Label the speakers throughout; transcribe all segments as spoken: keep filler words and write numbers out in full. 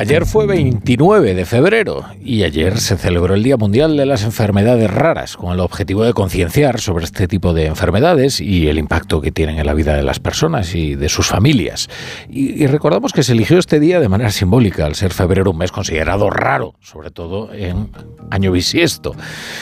Speaker 1: Ayer fue veintinueve de febrero y ayer se celebró el Día Mundial de las Enfermedades Raras, con el objetivo de concienciar sobre este tipo de enfermedades y el impacto que tienen en la vida de las personas y de sus familias. Y, y recordamos que se eligió este día de manera simbólica, al ser febrero un mes considerado raro, sobre todo en año bisiesto.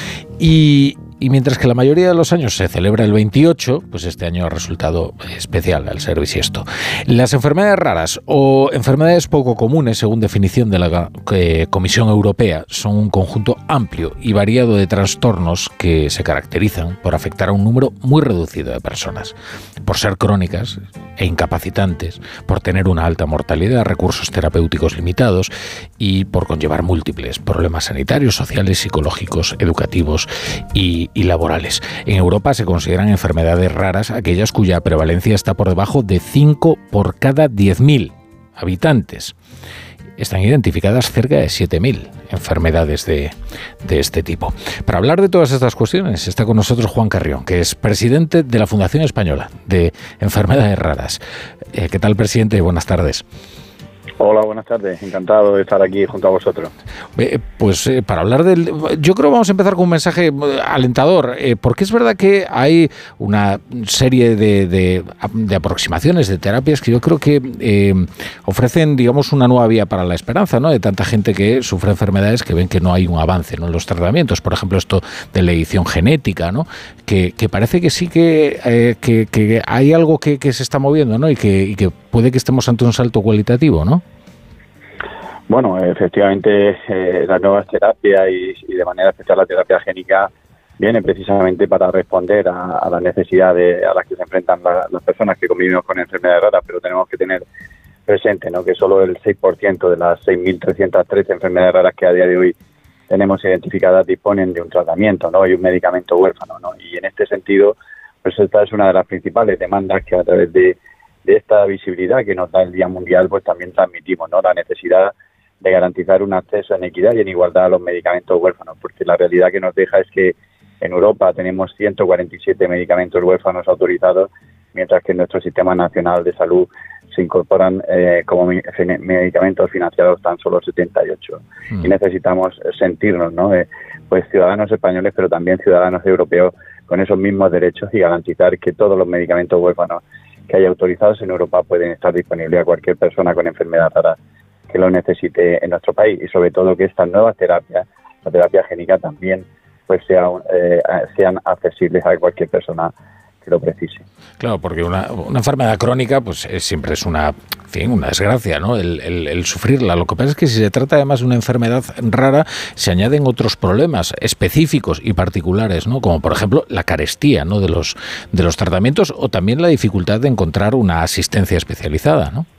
Speaker 1: Y... Y mientras que la mayoría de los años se celebra el veintiocho, pues este año ha resultado especial al ser bisiesto. Las enfermedades raras o enfermedades poco comunes, según definición de la eh, Comisión Europea, son un conjunto amplio y variado de trastornos que se caracterizan por afectar a un número muy reducido de personas, por ser crónicas e incapacitantes, por tener una alta mortalidad, recursos terapéuticos limitados y por conllevar múltiples problemas sanitarios, sociales, psicológicos, educativos y y laborales. En Europa se consideran enfermedades raras aquellas cuya prevalencia está por debajo de cinco por cada diez mil habitantes. Están identificadas cerca de siete mil enfermedades de, de este tipo. Para hablar de todas estas cuestiones está con nosotros Juan Carrión, que es presidente de la Fundación Española de Enfermedades Raras. Eh, ¿Qué tal, presidente? Buenas tardes.
Speaker 2: Hola, buenas tardes. Encantado de estar aquí junto a vosotros.
Speaker 1: Eh, pues eh, para hablar del... Yo creo que vamos a empezar con un mensaje alentador, eh, porque es verdad que hay una serie de, de, de aproximaciones, de terapias que yo creo que eh, ofrecen, digamos, una nueva vía para la esperanza, ¿no? De tanta gente que sufre enfermedades que ven que no hay un avance, ¿no?, en los tratamientos. Por ejemplo, esto de la edición genética, ¿no?, que, que parece que sí que, eh, que, que hay algo que, que se está moviendo, ¿no?, y que, y que puede que estemos ante un salto cualitativo, ¿no?
Speaker 2: Bueno, efectivamente, eh, las nuevas terapias y, y de manera especial la terapia génica vienen precisamente para responder a, a las necesidades a las que se enfrentan la, las personas que convivimos con enfermedades raras, pero tenemos que tener presente, ¿no?, que solo el seis por ciento de las seis mil trescientas trece enfermedades raras que a día de hoy tenemos identificadas disponen de un tratamiento, ¿no?, y un medicamento huérfano, ¿no? Y en este sentido, pues esta es una de las principales demandas que a través de, de esta visibilidad que nos da el Día Mundial, pues también transmitimos, ¿no?, la necesidad de garantizar un acceso en equidad y en igualdad a los medicamentos huérfanos, porque la realidad que nos deja es que en Europa tenemos ciento cuarenta y siete medicamentos huérfanos autorizados, mientras que en nuestro Sistema Nacional de Salud se incorporan eh, como medicamentos financiados tan solo setenta y ocho. Mm. Y necesitamos sentirnos, ¿no?, eh, pues ciudadanos españoles, pero también ciudadanos europeos con esos mismos derechos y garantizar que todos los medicamentos huérfanos que hay autorizados en Europa pueden estar disponibles a cualquier persona con enfermedad rara que lo necesite en nuestro país, y sobre todo que estas nuevas terapias, la terapia génica también, pues sea, eh, sean accesibles a cualquier persona que lo precise.
Speaker 1: Claro, porque una, una enfermedad crónica pues es, siempre es una, en fin, una desgracia, ¿no?, el, el, el sufrirla. Lo que pasa es que si se trata además de una enfermedad rara, se añaden otros problemas específicos y particulares, ¿no?, como por ejemplo la carestía, ¿no?, de los, de los tratamientos, o también la dificultad de encontrar una asistencia especializada, ¿no?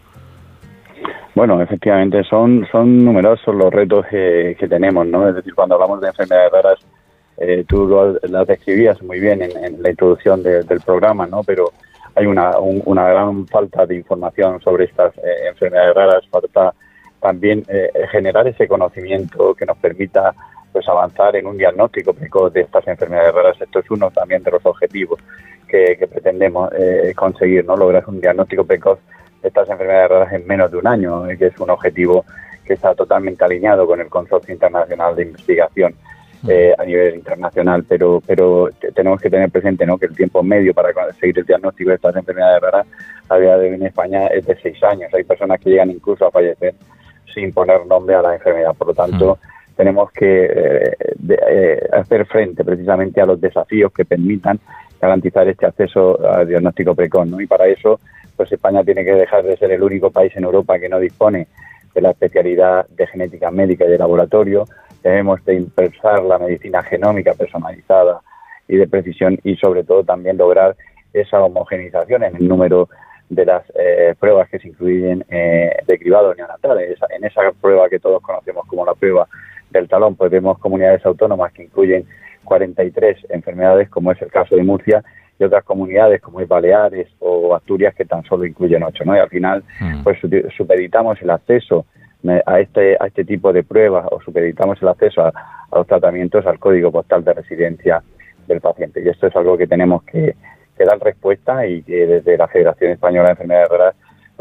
Speaker 2: Bueno, efectivamente son son numerosos los retos que, que tenemos, ¿no? Es decir, cuando hablamos de enfermedades raras, eh, tú lo, las describías muy bien en, en la introducción de, del programa, ¿no? Pero hay una, un, una gran falta de información sobre estas eh, enfermedades raras, falta también eh, generar ese conocimiento que nos permita, pues, avanzar en un diagnóstico precoz de estas enfermedades raras. Esto es uno también de los objetivos que, que pretendemos eh, conseguir, ¿no? Lograr un diagnóstico precoz estas enfermedades raras en menos de un año, que es un objetivo que está totalmente alineado con el Consorcio Internacional de Investigación eh, a nivel internacional, pero pero tenemos que tener presente, ¿no?, que el tiempo medio para conseguir el diagnóstico de estas enfermedades raras a día de hoy en España es de seis años. Hay personas que llegan incluso a fallecer sin poner nombre a la enfermedad. Por lo tanto, mm. tenemos que eh, de, eh, hacer frente precisamente a los desafíos que permitan garantizar este acceso al diagnóstico precoz, ¿no? Y para eso, pues España tiene que dejar de ser el único país en Europa que no dispone de la especialidad de genética médica y de laboratorio. Debemos de impulsar la medicina genómica personalizada y de precisión, y sobre todo también lograr esa homogenización en el número de las eh, pruebas que se incluyen eh, de cribado neonatal. Esa, en esa prueba que todos conocemos como la prueba del talón, pues vemos comunidades autónomas que incluyen cuarenta y tres enfermedades, como es el caso de Murcia, y otras comunidades como es Baleares o Asturias que tan solo incluyen ocho, ¿no? Y al final, mm. pues supeditamos el acceso a este a este tipo de pruebas, o supeditamos el acceso a, a los tratamientos al código postal de residencia del paciente. Y esto es algo que tenemos que, que dar respuesta, y que desde la Federación Española de Enfermedades Raras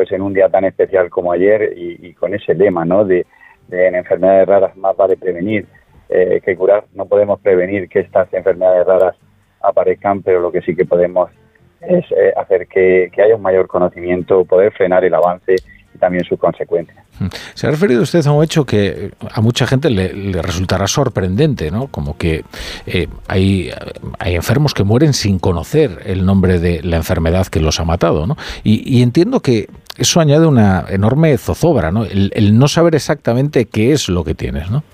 Speaker 2: pues en un día tan especial como ayer y, y con ese lema, ¿no? De, de en enfermedades raras más vale prevenir eh, que curar. No podemos prevenir que estas enfermedades raras aparezcan, pero lo que sí que podemos es eh, hacer que, que haya un mayor conocimiento, poder frenar el avance y también sus consecuencias.
Speaker 1: Se ha referido usted a un hecho que a mucha gente le, le resultará sorprendente, ¿no? Como que eh, hay, hay enfermos que mueren sin conocer el nombre de la enfermedad que los ha matado, ¿no? Y, y entiendo que eso añade una enorme zozobra, ¿no? El, el no saber exactamente qué es lo que tienes, ¿no?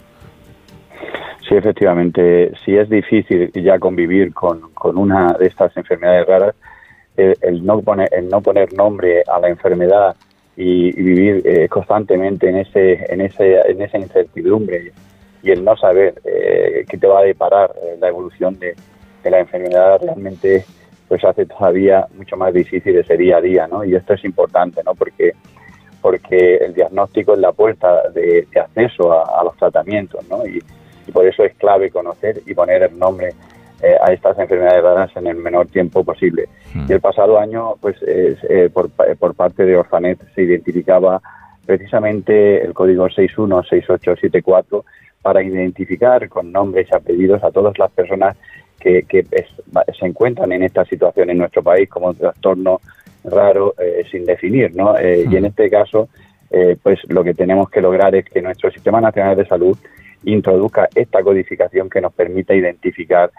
Speaker 2: Sí, efectivamente, si es difícil ya convivir con, con una de estas enfermedades raras, el, el, no poner, el no poner nombre a la enfermedad y, y vivir eh, constantemente en ese en ese en esa incertidumbre y el no saber eh, qué te va a deparar eh, la evolución de, de la enfermedad realmente pues hace todavía mucho más difícil ese día a día, ¿no? Y esto es importante, ¿no? Porque porque el diagnóstico es la puerta de, de acceso a, a los tratamientos, ¿no? Y, y por eso es clave conocer y poner el nombre eh, a estas enfermedades raras en el menor tiempo posible. Mm. Y el pasado año, pues eh, eh, por, por parte de Orfanet se identificaba precisamente el código seis uno seis ocho siete cuatro para identificar con nombres y apellidos a todas las personas que, que es, se encuentran en esta situación en nuestro país como un trastorno raro eh, sin definir, ¿no? Eh, mm. Y en este caso, eh, pues lo que tenemos que lograr es que nuestro Sistema Nacional de Salud introduzca esta codificación que nos permita identificar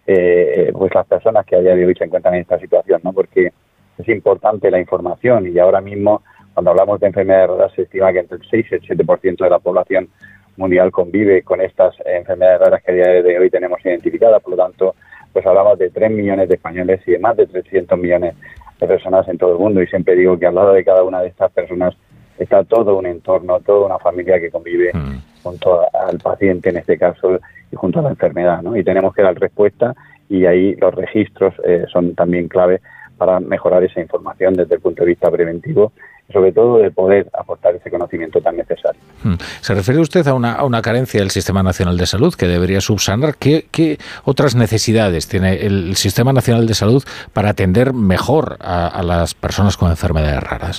Speaker 2: eh, pues las personas que a día de hoy se encuentran en esta situación, ¿no? Porque es importante la información y ahora mismo cuando hablamos de enfermedades raras se estima que entre el seis y el siete por ciento de la población mundial convive con estas enfermedades raras que a día de hoy tenemos identificadas. Por lo tanto, pues hablamos de tres millones de españoles y de más de trescientos millones de personas en todo el mundo, y siempre digo que al lado de cada una de estas personas está todo un entorno, toda una familia que convive mm. junto a, al paciente en este caso y junto a la enfermedad, ¿no? Y tenemos que dar respuesta y ahí los registros eh, son también clave para mejorar esa información desde el punto de vista preventivo y sobre todo de poder aportar ese conocimiento tan necesario.
Speaker 1: Se refiere usted a una, a una carencia del Sistema Nacional de Salud que debería subsanar. ¿Qué, qué otras necesidades tiene el Sistema Nacional de Salud para atender mejor a, a las personas con enfermedades raras?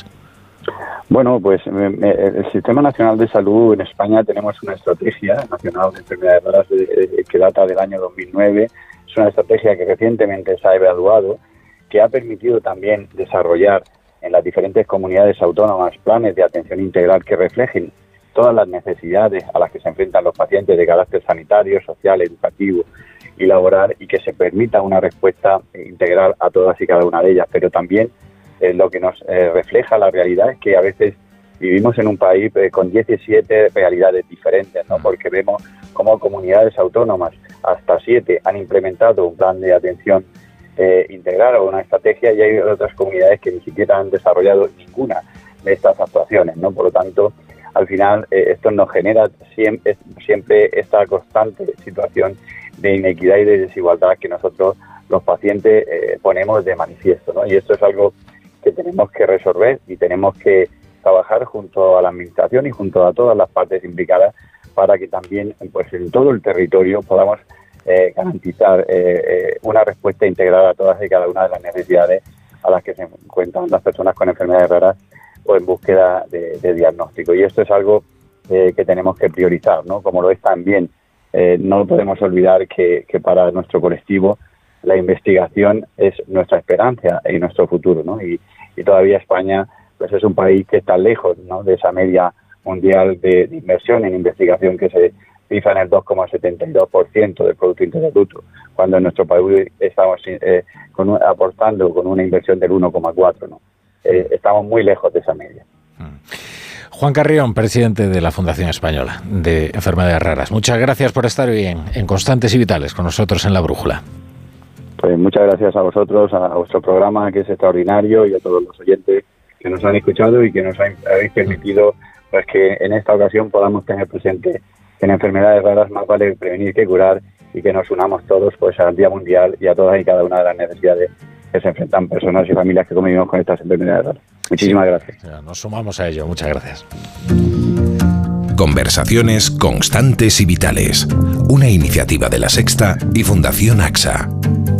Speaker 2: Bueno, pues el Sistema Nacional de Salud en España tenemos una estrategia nacional de enfermedades raras que data del año dos mil nueve. Es una estrategia que recientemente se ha evaluado, que ha permitido también desarrollar en las diferentes comunidades autónomas planes de atención integral que reflejen todas las necesidades a las que se enfrentan los pacientes de carácter sanitario, social, educativo y laboral, y que se permita una respuesta integral a todas y cada una de ellas. Pero también eh, lo que nos eh, refleja la realidad es que a veces vivimos en un país eh, con diecisiete realidades diferentes, ¿no? Porque vemos cómo comunidades autónomas, hasta siete, han implementado un plan de atención eh, integral o una estrategia, y hay otras comunidades que ni siquiera han desarrollado ninguna de estas actuaciones, ¿no? Por lo tanto, al final, eh, esto nos genera siempre, siempre esta constante situación de inequidad y de desigualdad que nosotros, los pacientes, eh, ponemos de manifiesto, ¿no? Y esto es algo que tenemos que resolver y tenemos que trabajar junto a la Administración y junto a todas las partes implicadas para que también, pues, en todo el territorio podamos eh, garantizar eh, eh, una respuesta integral a todas y cada una de las necesidades a las que se encuentran las personas con enfermedades raras o en búsqueda de, de diagnóstico. Y esto es algo eh, que tenemos que priorizar, ¿no? Como lo es también, eh, no podemos olvidar que, que para nuestro colectivo la investigación es nuestra esperanza y nuestro futuro, ¿no? Y, y todavía España, pues, es un país que está lejos, ¿no?, de esa media mundial de, de inversión en investigación que se cifra en el dos coma setenta y dos por ciento del Producto Interior Bruto, cuando en nuestro país estamos eh, con un, aportando con una inversión del uno coma cuatro, ¿no? Eh, estamos muy lejos de esa media.
Speaker 1: Juan Carrión, presidente de la Fundación Española de Enfermedades Raras. Muchas gracias por estar hoy en, en Constantes y Vitales con nosotros en La Brújula.
Speaker 2: Pues muchas gracias a vosotros, a vuestro programa, que es extraordinario, y a todos los oyentes que nos han escuchado y que nos habéis permitido, pues, que en esta ocasión podamos tener presente que en enfermedades raras más vale prevenir que curar, y que nos unamos todos, pues, al Día Mundial y a todas y cada una de las necesidades que se enfrentan personas y familias que convivimos con estas enfermedades raras. Muchísimas sí, gracias.
Speaker 1: Nos sumamos a ello. Muchas gracias.
Speaker 3: Conversaciones Constantes y Vitales, una iniciativa de La Sexta y Fundación A X A.